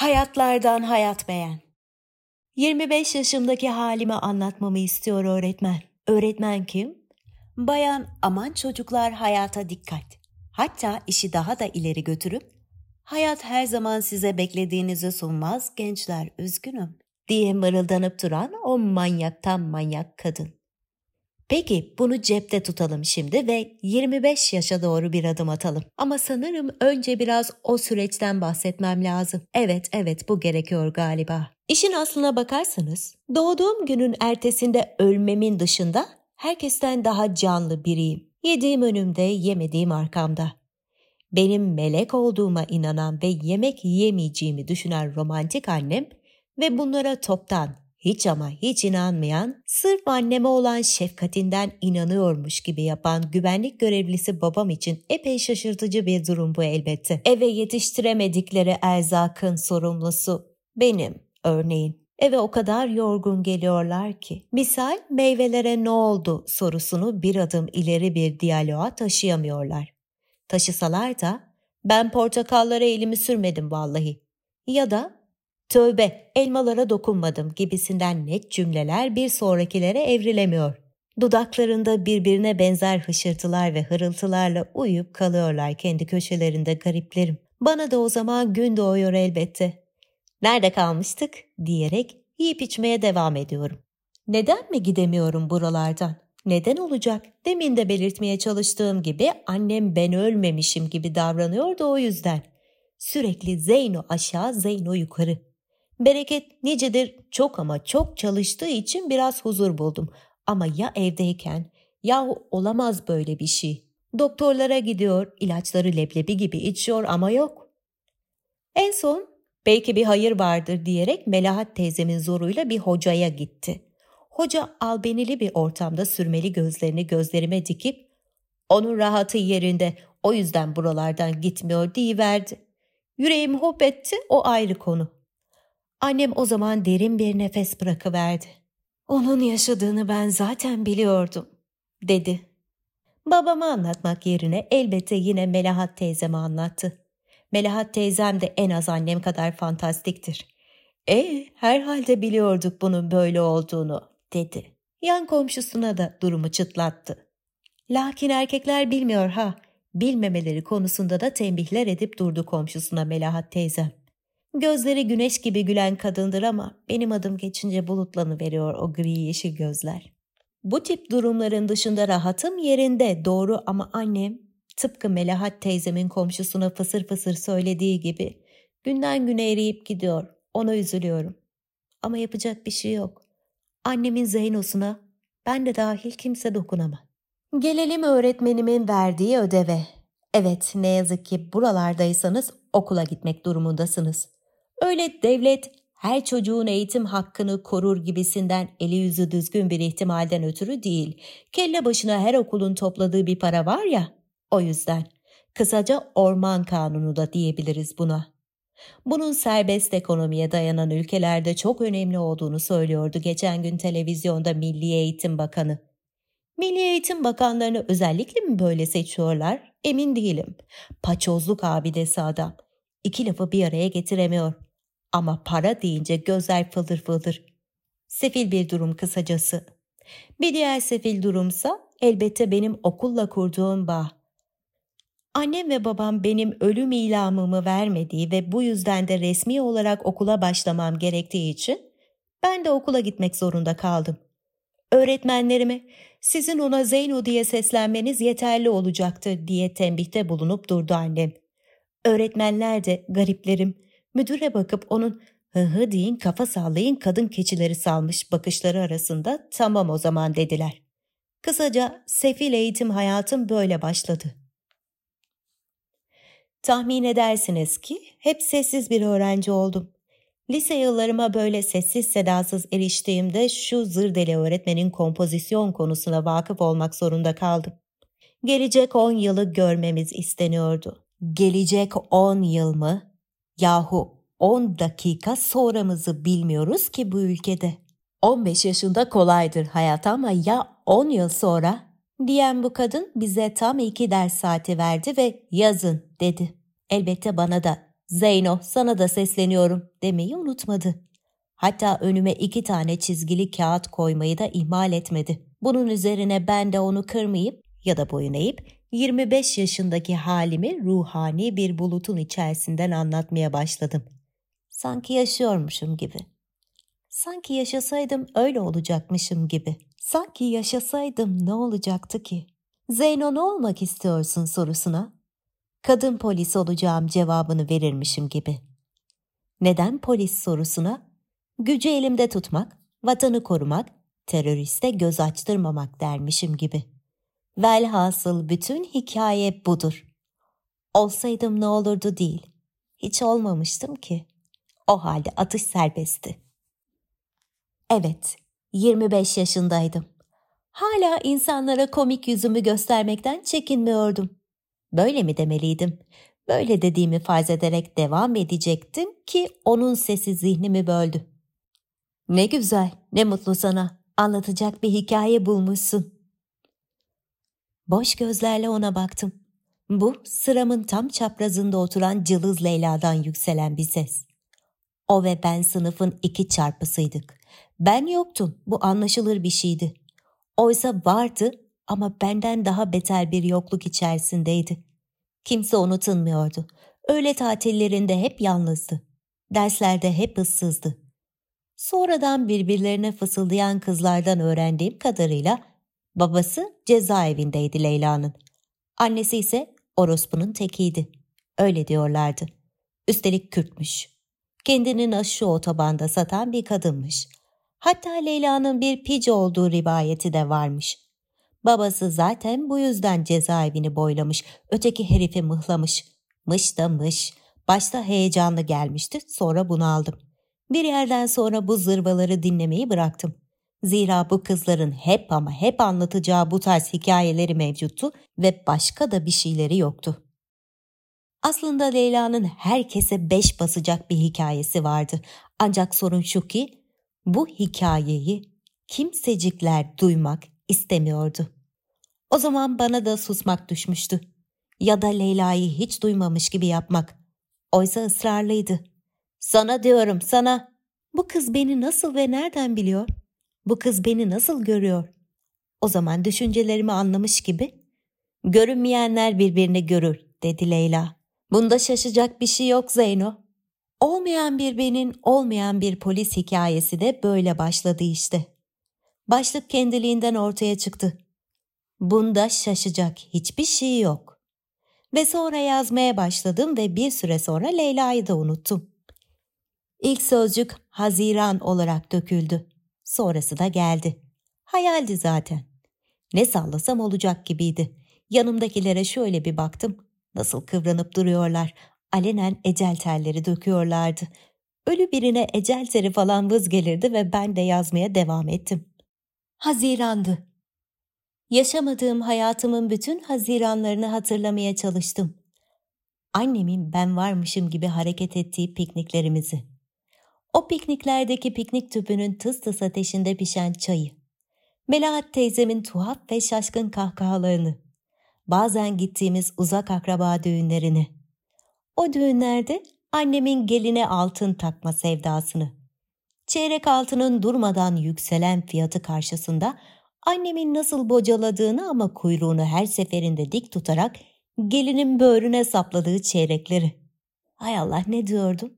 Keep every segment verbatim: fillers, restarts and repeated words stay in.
Hayatlardan hayat beğen. yirmi beş yaşımdaki halimi anlatmamı istiyor öğretmen. Öğretmen kim? Bayan aman çocuklar hayata dikkat. Hatta işi daha da ileri götürüp hayat her zaman size beklediğinizi sunmaz gençler üzgünüm diye mırıldanıp duran o manyaktan manyak kadın. Peki bunu cepte tutalım şimdi ve yirmi beş yaşa doğru bir adım atalım. Ama sanırım önce biraz o süreçten bahsetmem lazım. Evet evet bu gerekiyor galiba. İşin aslına bakarsanız doğduğum günün ertesinde ölmemin dışında herkesten daha canlı biriyim. Yediğim önümde, yemediğim arkamda. Benim melek olduğuma inanan ve yemek yiyemeyeceğimi düşünen romantik annem ve bunlara toptan hiç ama hiç inanmayan, sırf anneme olan şefkatinden inanıyormuş gibi yapan güvenlik görevlisi babam için epey şaşırtıcı bir durum bu elbette. Eve yetiştiremedikleri erzakın sorumlusu benim örneğin. Eve o kadar yorgun geliyorlar ki. Misal meyvelere ne oldu sorusunu bir adım ileri bir diyaloğa taşıyamıyorlar. Taşısalar da ben portakallara elimi sürmedim vallahi ya da tövbe elmalara dokunmadım gibisinden net cümleler bir sonrakilere evrilemiyor. Dudaklarında birbirine benzer hışırtılar ve hırıltılarla uyuyup kalıyorlar kendi köşelerinde gariplerim. Bana da o zaman gün doğuyor elbette. Nerede kalmıştık diyerek yiyip içmeye devam ediyorum. Neden mi gidemiyorum buralardan? Neden olacak? Demin de belirtmeye çalıştığım gibi annem ben ölmemişim gibi davranıyordu o yüzden. Sürekli Zeyno aşağı Zeyno yukarı. Bereket nicedir çok ama çok çalıştığı için biraz huzur buldum. Ama ya evdeyken? Yahu olamaz böyle bir şey. Doktorlara gidiyor, ilaçları leblebi gibi içiyor ama yok. En son belki bir hayır vardır diyerek Melahat teyzemin zoruyla bir hocaya gitti. Hoca albenili bir ortamda sürmeli gözlerini gözlerime dikip onun rahatı yerinde o yüzden buralardan gitmiyor diyiverdi. Yüreğim hop etti o ayrı konu. Annem o zaman derin bir nefes bırakıverdi. Onun yaşadığını ben zaten biliyordum dedi. Babama anlatmak yerine elbette yine Melahat teyzeme anlattı. Melahat teyzem de en az annem kadar fantastiktir. E herhalde biliyorduk bunun böyle olduğunu dedi. Yan komşusuna da durumu çıtlattı. Lakin erkekler bilmiyor ha. Bilmemeleri konusunda da tembihler edip durdu komşusuna Melahat teyzem. Gözleri güneş gibi gülen kadındır ama benim adım geçince bulutlanıveriyor o gri yeşil gözler. Bu tip durumların dışında rahatım yerinde doğru ama annem tıpkı Melahat teyzemin komşusuna fısır fısır söylediği gibi günden güne eriyip gidiyor. Ona üzülüyorum. Ama yapacak bir şey yok. Annemin Zeyno'suna ben de dahil kimse dokunamaz. Gelelim öğretmenimin verdiği ödeve. Evet ne yazık ki buralardaysanız okula gitmek durumundasınız. Öyle devlet her çocuğun eğitim hakkını korur gibisinden eli yüzü düzgün bir ihtimalden ötürü değil. Kelle başına her okulun topladığı bir para var ya, o yüzden. Kısaca orman kanunu da diyebiliriz buna. Bunun serbest ekonomiye dayanan ülkelerde çok önemli olduğunu söylüyordu geçen gün televizyonda Milli Eğitim Bakanı. Milli Eğitim Bakanlarını özellikle mi böyle seçiyorlar? Emin değilim. Paçozluk abidesi adam. İki lafı bir araya getiremiyor. Ama para deyince gözler fıldır fıldır. Sefil bir durum kısacası. Bir diğer sefil durumsa elbette benim okulla kurduğum bağ. Annem ve babam benim ölüm ilamımı vermediği ve bu yüzden de resmi olarak okula başlamam gerektiği için ben de okula gitmek zorunda kaldım. Öğretmenlerime sizin ona Zeyno diye seslenmeniz yeterli olacaktır diye tembihte bulunup durdu annem. Öğretmenler de gariplerim müdüre bakıp onun hı hı deyin kafa sallayın kadın keçileri salmış bakışları arasında tamam o zaman dediler. Kısaca sefil eğitim hayatım böyle başladı. Tahmin edersiniz ki hep sessiz bir öğrenci oldum. Lise yıllarıma böyle sessiz sedasız eriştiğimde şu zırdeli öğretmenin kompozisyon konusuna vakıf olmak zorunda kaldım. Gelecek on yılı görmemiz isteniyordu. Gelecek on yıl mı? Yahu on dakika sonramızı bilmiyoruz ki bu ülkede. on beş yaşında kolaydır hayat ama ya on yıl sonra? Diyen bu kadın bize tam iki ders saati verdi ve yazın dedi. Elbette bana da Zeyno, sana da sesleniyorum demeyi unutmadı. Hatta önüme iki tane çizgili kağıt koymayı da ihmal etmedi. Bunun üzerine ben de onu kırmayıp ya da boyun eğip yirmi beş yaşındaki halimi ruhani bir bulutun içerisinden anlatmaya başladım. Sanki yaşıyormuşum gibi. Sanki yaşasaydım öyle olacakmışım gibi. Sanki yaşasaydım ne olacaktı ki? Zeyno, ne olmak istiyorsun sorusuna kadın polis olacağım cevabını verirmişim gibi. Neden polis sorusuna gücü elimde tutmak, vatanı korumak, teröriste göz açtırmamak dermişim gibi. Velhasıl bütün hikaye budur. Olsaydım ne olurdu değil. Hiç olmamıştım ki. O halde atış serbestti. Evet, yirmi beş yaşındaydım. Hala insanlara komik yüzümü göstermekten çekinmiyordum. Böyle mi demeliydim? Böyle dediğimi farz ederek devam edecektim ki onun sesi zihnimi böldü. Ne güzel, ne mutlu sana. Anlatacak bir hikaye bulmuşsun. Boş gözlerle ona baktım. Bu, sıramın tam çaprazında oturan cılız Leyla'dan yükselen bir ses. O ve ben sınıfın iki çarpısıydık. Ben yoktum, bu anlaşılır bir şeydi. Oysa vardı ama benden daha beter bir yokluk içerisindeydi. Kimse onu tanımıyordu. Öğle tatillerinde hep yalnızdı. Derslerde hep ıssızdı. Sonradan birbirlerine fısıldayan kızlardan öğrendiğim kadarıyla babası cezaevindeydi Leyla'nın. Annesi ise orospunun tekiydi. Öyle diyorlardı. Üstelik Kürtmüş. Kendini aşı otobanda satan bir kadınmış. Hatta Leyla'nın bir pici olduğu rivayeti de varmış. Babası zaten bu yüzden cezaevini boylamış, öteki herifi mıhlamış. Mış da mış. Başta heyecanlı gelmişti, sonra bunaldım. Bir yerden sonra bu zırvaları dinlemeyi bıraktım. Zira bu kızların hep ama hep anlatacağı bu tarz hikayeleri mevcuttu ve başka da bir şeyleri yoktu. Aslında Leyla'nın herkese beş basacak bir hikayesi vardı. Ancak sorun şu ki bu hikayeyi kimsecikler duymak istemiyordu. O zaman bana da susmak düşmüştü. Ya da Leyla'yı hiç duymamış gibi yapmak. Oysa ısrarlıydı. Sana diyorum, sana. Bu kız beni nasıl ve nereden biliyor? Bu kız beni nasıl görüyor? O zaman düşüncelerimi anlamış gibi. Görünmeyenler birbirini görür, dedi Leyla. Bunda şaşacak bir şey yok Zeyno. Olmayan bir benin, olmayan bir polis hikayesi de böyle başladı işte. Başlık kendiliğinden ortaya çıktı. Bunda şaşacak hiçbir şey yok. Ve sonra yazmaya başladım ve bir süre sonra Leyla'yı da unuttum. İlk sözcük Haziran olarak döküldü. Sonrası da geldi. Hayaldi zaten. Ne sallasam olacak gibiydi. Yanımdakilere şöyle bir baktım. Nasıl kıvranıp duruyorlar. Alenen ecel terleri döküyorlardı. Ölü birine ecel teri falan vız gelirdi ve ben de yazmaya devam ettim. Hazirandı. Yaşamadığım hayatımın bütün haziranlarını hatırlamaya çalıştım. Annemin ben varmışım gibi hareket ettiği pikniklerimizi. O pikniklerdeki piknik tüpünün tıs tıs ateşinde pişen çayı. Melahat teyzemin tuhaf ve şaşkın kahkahalarını. Bazen gittiğimiz uzak akraba düğünlerini. O düğünlerde annemin geline altın takma sevdasını. Çeyrek altının durmadan yükselen fiyatı karşısında annemin nasıl bocaladığını ama kuyruğunu her seferinde dik tutarak gelinin böğrüne sapladığı çeyrekleri. Hay Allah, ne diyordum?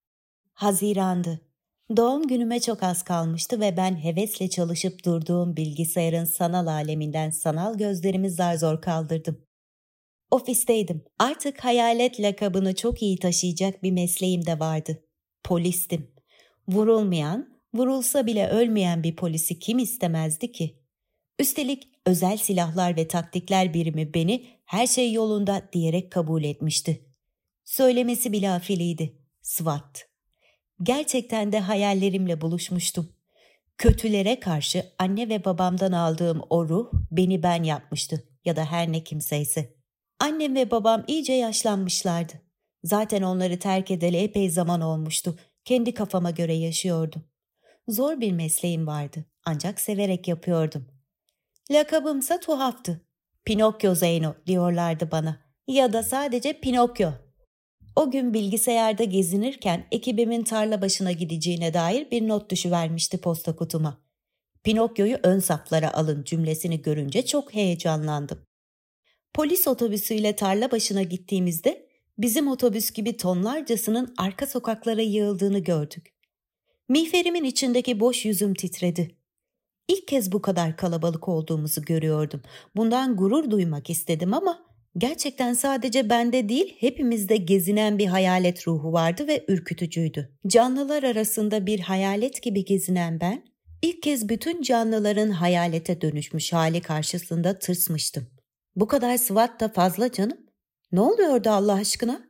Hazirandı. Doğum günüme çok az kalmıştı ve ben hevesle çalışıp durduğum bilgisayarın sanal aleminden sanal gözlerimi zar zor kaldırdım. Ofisteydim. Artık hayalet lakabını çok iyi taşıyacak bir mesleğim de vardı. Polistim. Vurulmayan, vurulsa bile ölmeyen bir polisi kim istemezdi ki? Üstelik özel silahlar ve taktikler birimi beni her şey yolunda diyerek kabul etmişti. Söylemesi bile afiliydi. SWAT. Gerçekten de hayallerimle buluşmuştum. Kötülere karşı anne ve babamdan aldığım o ruh beni ben yapmıştı ya da her ne kimseyse. Annem ve babam iyice yaşlanmışlardı. Zaten onları terk edeli epey zaman olmuştu. Kendi kafama göre yaşıyordum. Zor bir mesleğim vardı ancak severek yapıyordum. Lakabımsa tuhaftı. Pinokyo Zeyno diyorlardı bana ya da sadece Pinokyo. O gün bilgisayarda gezinirken ekibimin tarla başına gideceğine dair bir not düşüvermişti posta kutuma. Pinokyo'yu ön saflara alın cümlesini görünce çok heyecanlandım. Polis otobüsüyle tarla başına gittiğimizde bizim otobüs gibi tonlarcasının arka sokaklara yığıldığını gördük. Miğferimin içindeki boş yüzüm titredi. İlk kez bu kadar kalabalık olduğumuzu görüyordum. Bundan gurur duymak istedim ama gerçekten sadece bende değil hepimizde gezinen bir hayalet ruhu vardı ve ürkütücüydü. Canlılar arasında bir hayalet gibi gezinen ben, ilk kez bütün canlıların hayalete dönüşmüş hali karşısında tırsmıştım. Bu kadar SWAT da fazla canım. Ne oluyordu Allah aşkına?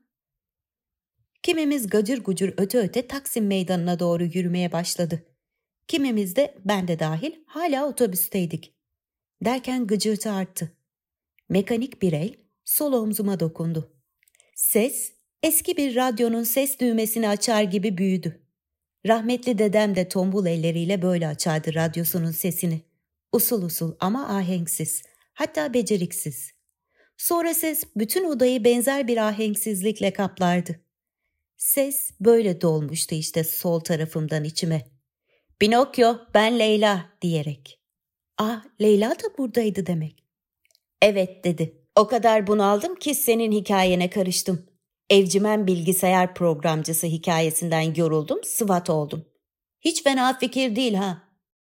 Kimimiz gacır gucur öte öte Taksim Meydanı'na doğru yürümeye başladı. Kimimiz de ben de dahil hala otobüsteydik. Derken gıcırtı arttı. Mekanik bir el sol omzuma dokundu. Ses eski bir radyonun ses düğmesini açar gibi büyüdü. Rahmetli dedem de tombul elleriyle böyle açardı radyosunun sesini. Usul usul ama ahenksiz, hatta beceriksiz. Sonra ses bütün odayı benzer bir ahenksizlikle kaplardı. Ses böyle dolmuştu işte sol tarafımdan içime. Pinokyo, ben Leyla diyerek. Ah, Leyla da buradaydı demek. Evet dedi. O kadar bunaldım ki senin hikayene karıştım. Evcimen bilgisayar programcısı hikayesinden yoruldum, SWAT oldum. Hiç fena fikir değil ha.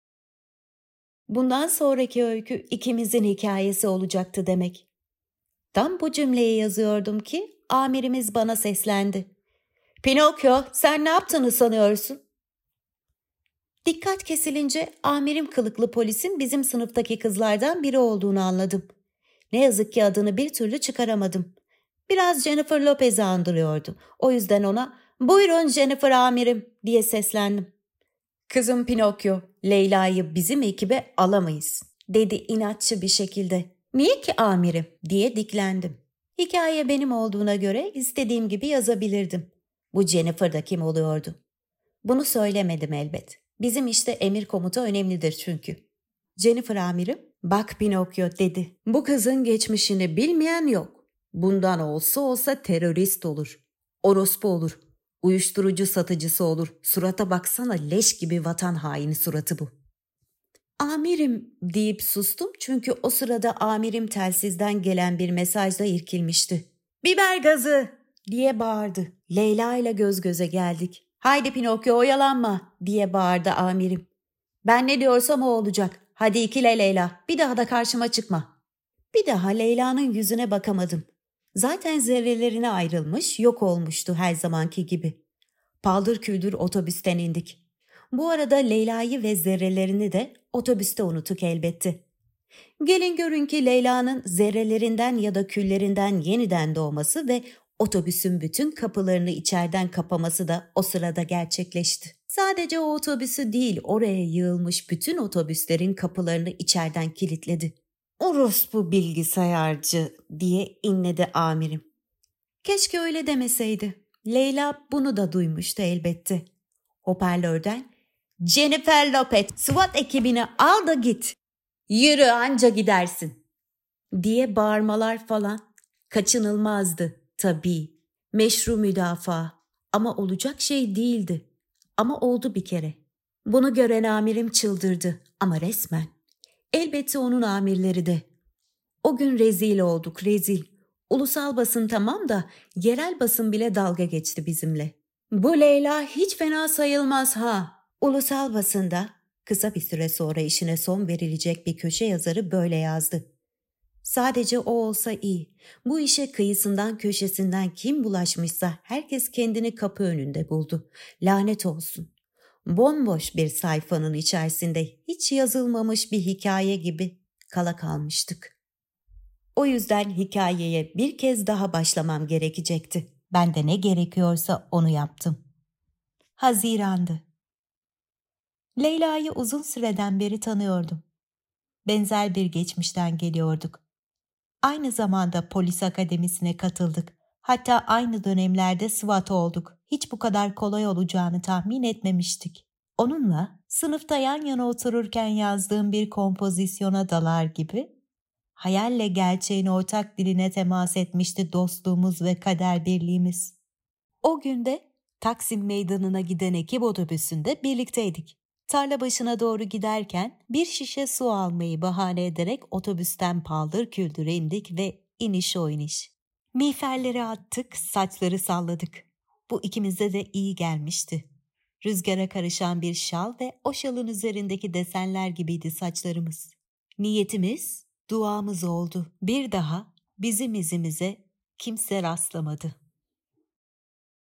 Bundan sonraki öykü ikimizin hikayesi olacaktı demek. Tam bu cümleyi yazıyordum ki amirimiz bana seslendi. Pinokyo, sen ne yaptığını sanıyorsun? Dikkat kesilince amirim kılıklı polisin bizim sınıftaki kızlardan biri olduğunu anladım. Ne yazık ki adını bir türlü çıkaramadım. Biraz Jennifer Lopez'i andırıyordu. O yüzden ona "Buyurun Jennifer amirim" diye seslendim. Kızım Pinokyo, Leyla'yı bizim ekibe alamayız dedi inatçı bir şekilde. Niye ki amirim diye diklendim. Hikaye benim olduğuna göre istediğim gibi yazabilirdim. Bu Jennifer da kim oluyordu? Bunu söylemedim elbet. Bizim işte emir komuta önemlidir çünkü. Jennifer amirim, bak Pinokyo dedi. Bu kızın geçmişini bilmeyen yok. Bundan olsa olsa terörist olur. Orospu olur. Uyuşturucu satıcısı olur. Surata baksana, leş gibi vatan haini suratı bu. Amirim deyip sustum çünkü o sırada amirim telsizden gelen bir mesajla irkilmişti. Biber gazı diye bağırdı. Leyla ile göz göze geldik. Haydi Pinokyo oyalanma diye bağırdı amirim. Ben ne diyorsam o olacak. Hadi ikile Leyla, bir daha da karşıma çıkma. Bir daha Leyla'nın yüzüne bakamadım. Zaten zerrelerine ayrılmış, yok olmuştu her zamanki gibi. Paldır küldür otobüsten indik. Bu arada Leyla'yı ve zerrelerini de otobüste unuttuk elbette. Gelin görün ki Leyla'nın zerrelerinden ya da küllerinden yeniden doğması ve otobüsün bütün kapılarını içeriden kapaması da o sırada gerçekleşti. Sadece o otobüsü değil, oraya yığılmış bütün otobüslerin kapılarını içeriden kilitledi. Orospu bilgisayarcı diye inledi amirim. Keşke öyle demeseydi. Leyla bunu da duymuştu elbette. Hoparlörden Jennifer Lopez, SWAT ekibini al da git. Yürü anca gidersin diye bağırmalar falan kaçınılmazdı tabii. Meşru müdafaa ama olacak şey değildi. Ama oldu bir kere. Bunu gören amirim çıldırdı ama resmen. Elbette onun amirleri de. O gün rezil olduk, rezil. Ulusal basın tamam da yerel basın bile dalga geçti bizimle. Bu Leyla hiç fena sayılmaz ha. Ulusal basında kısa bir süre sonra işine son verilecek bir köşe yazarı böyle yazdı. Sadece o olsa iyi. Bu işe kıyısından köşesinden kim bulaşmışsa herkes kendini kapı önünde buldu. Lanet olsun. Bomboş bir sayfanın içerisinde hiç yazılmamış bir hikaye gibi kala kalmıştık. O yüzden hikayeye bir kez daha başlamam gerekecekti. Ben de ne gerekiyorsa onu yaptım. Hazirandı. Leyla'yı uzun süreden beri tanıyordum. Benzer bir geçmişten geliyorduk. Aynı zamanda polis akademisine katıldık. Hatta aynı dönemlerde SWAT olduk. Hiç bu kadar kolay olacağını tahmin etmemiştik. Onunla sınıfta yan yana otururken yazdığım bir kompozisyona dalar gibi hayalle gerçeğin ortak diline temas etmişti dostluğumuz ve kader birliğimiz. O günde Taksim Meydanı'na giden ekip otobüsünde birlikteydik. Tarla başına doğru giderken bir şişe su almayı bahane ederek otobüsten paldır küldür indik ve iniş o iniş. Miğferleri attık, saçları salladık. Bu ikimize de iyi gelmişti. Rüzgara karışan bir şal ve o şalın üzerindeki desenler gibiydi saçlarımız. Niyetimiz, duamız oldu. Bir daha bizim izimize kimse rastlamadı.